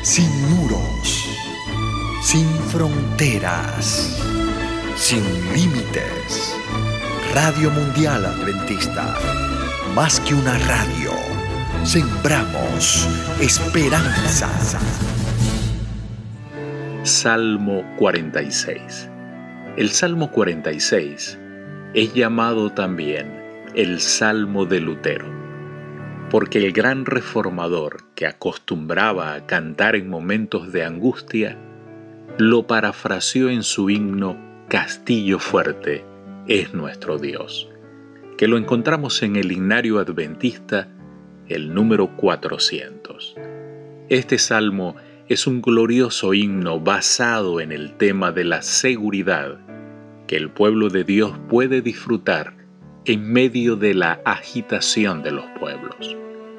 sin muros, sin fronteras, sin límites. Radio Mundial Adventista, más que una radio, sembramos esperanza. Salmo 46. El Salmo 46 es llamado también el Salmo de Lutero, porque el gran reformador que acostumbraba a cantar en momentos de angustia, lo parafraseó en su himno Castillo fuerte es nuestro Dios, que lo encontramos en el Himnario Adventista, el número 400. Este salmo es un glorioso himno basado en el tema de la seguridad que el pueblo de Dios puede disfrutar en medio de la agitación de los pueblos.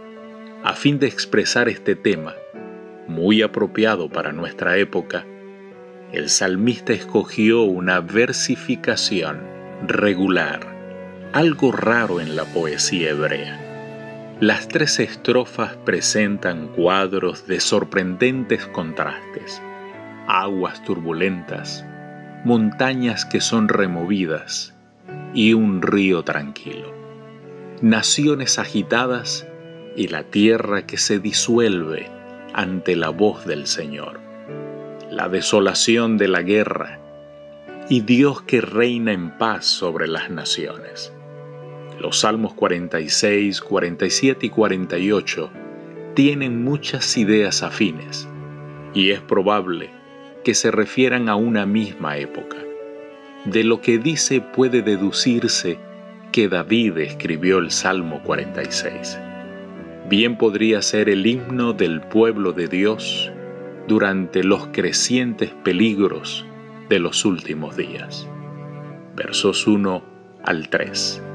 A fin de expresar este tema, muy apropiado para nuestra época, el salmista escogió una versificación regular, algo raro en la poesía hebrea. Las 3 estrofas presentan cuadros de sorprendentes contrastes: aguas turbulentas, montañas que son removidas y un río tranquilo, naciones agitadas y la tierra que se disuelve ante la voz del Señor, la desolación de la guerra y Dios que reina en paz sobre las naciones. Los Salmos 46, 47 y 48 tienen muchas ideas afines y es probable que se refieran a una misma época. De lo que dice puede deducirse que David escribió el Salmo 46. Bien podría ser el himno del pueblo de Dios durante los crecientes peligros de los últimos días. Versos 1 al 3.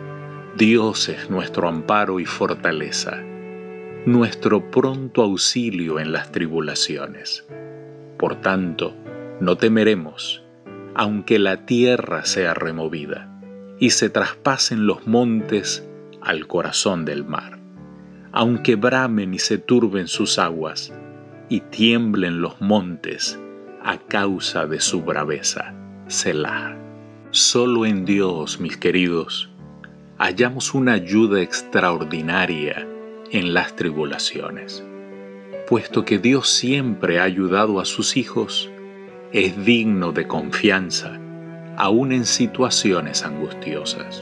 Dios es nuestro amparo y fortaleza, nuestro pronto auxilio en las tribulaciones. Por tanto, no temeremos, aunque la tierra sea removida y se traspasen los montes al corazón del mar, aunque bramen y se turben sus aguas y tiemblen los montes a causa de su braveza. Selah. Solo en Dios, mis queridos, hallamos una ayuda extraordinaria en las tribulaciones. Puesto que Dios siempre ha ayudado a sus hijos, es digno de confianza, aún en situaciones angustiosas.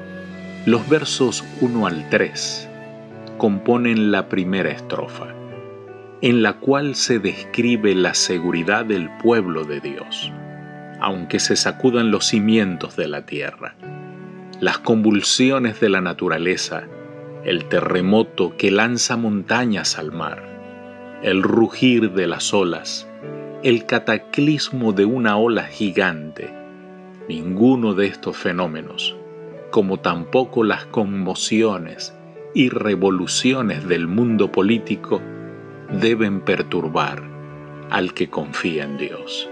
Los versos 1 al 3 componen la primera estrofa, en la cual se describe la seguridad del pueblo de Dios, aunque se sacudan los cimientos de la tierra, las convulsiones de la naturaleza, el terremoto que lanza montañas al mar, el rugir de las olas, el cataclismo de una ola gigante. Ninguno de estos fenómenos, como tampoco las conmociones y revoluciones del mundo político, deben perturbar al que confía en Dios.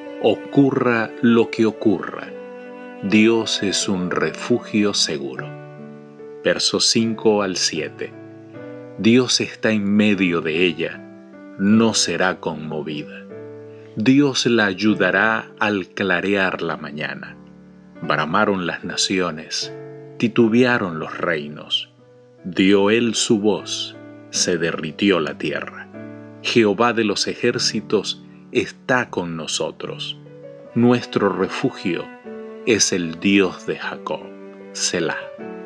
Ocurra lo que ocurra, Dios es un refugio seguro. Versos 5 al 7. Dios está en medio de ella, no será conmovida. Dios la ayudará al clarear la mañana. Bramaron las naciones, titubearon los reinos. Dio él su voz, se derritió la tierra. Jehová de los ejércitos está con nosotros. Nuestro refugio es el Dios de Jacob. Selah.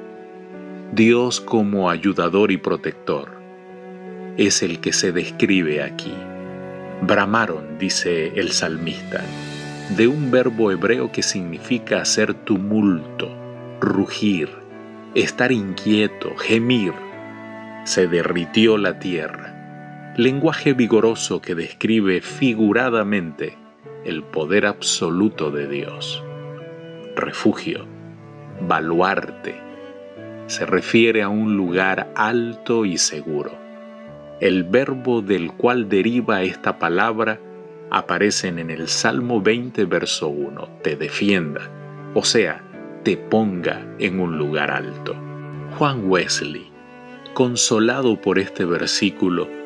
Dios como ayudador y protector es el que se describe aquí. Bramaron, dice el salmista, de un verbo hebreo que significa hacer tumulto, rugir, estar inquieto, gemir. Se derritió la tierra, lenguaje vigoroso que describe figuradamente el poder absoluto de Dios. Refugio, baluarte, se refiere a un lugar alto y seguro. El verbo del cual deriva esta palabra aparecen en el Salmo 20, verso 1, te defienda, o sea, te ponga en un lugar alto. Juan Wesley, consolado por este versículo,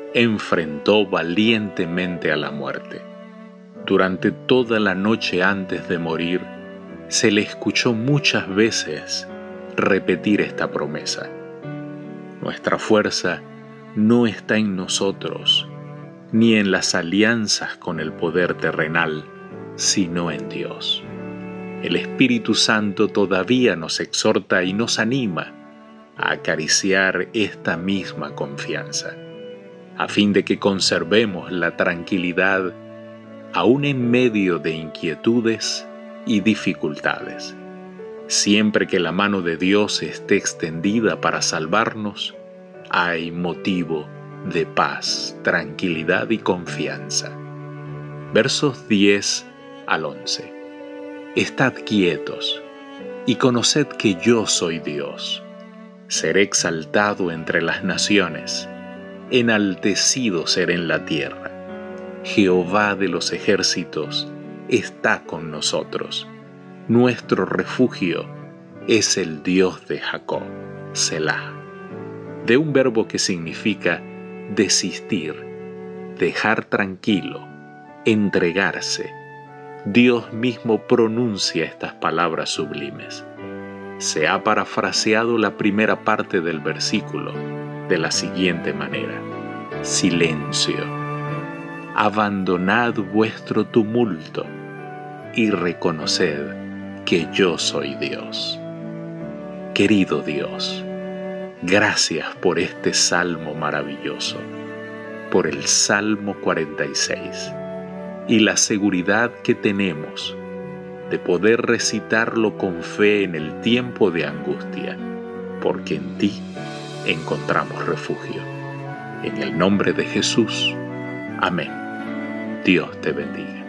enfrentó valientemente a la muerte. Durante toda la noche antes de morir, se le escuchó muchas veces repetir esta promesa: nuestra fuerza no está en nosotros, ni en las alianzas con el poder terrenal, sino en Dios. El Espíritu Santo todavía nos exhorta y nos anima a acariciar esta misma confianza, a fin de que conservemos la tranquilidad aún en medio de inquietudes y dificultades. Siempre que la mano de Dios esté extendida para salvarnos, hay motivo de paz, tranquilidad y confianza. Versos 10 al 11. Estad quietos y conoced que yo soy Dios. Seré exaltado entre las naciones, enaltecido seré en la tierra. Jehová de los ejércitos está con nosotros. Nuestro refugio es el Dios de Jacob. Selah. De un verbo que significa desistir, dejar tranquilo, entregarse, Dios mismo pronuncia estas palabras sublimes. Se ha parafraseado la primera parte del versículo de la siguiente manera: silencio, abandonad vuestro tumulto y reconoced que yo soy Dios. Querido Dios, gracias por este salmo maravilloso, por el Salmo 46 y la seguridad que tenemos de poder recitarlo con fe en el tiempo de angustia, porque en ti encontramos refugio. En el nombre de Jesús. Amén. Dios te bendiga.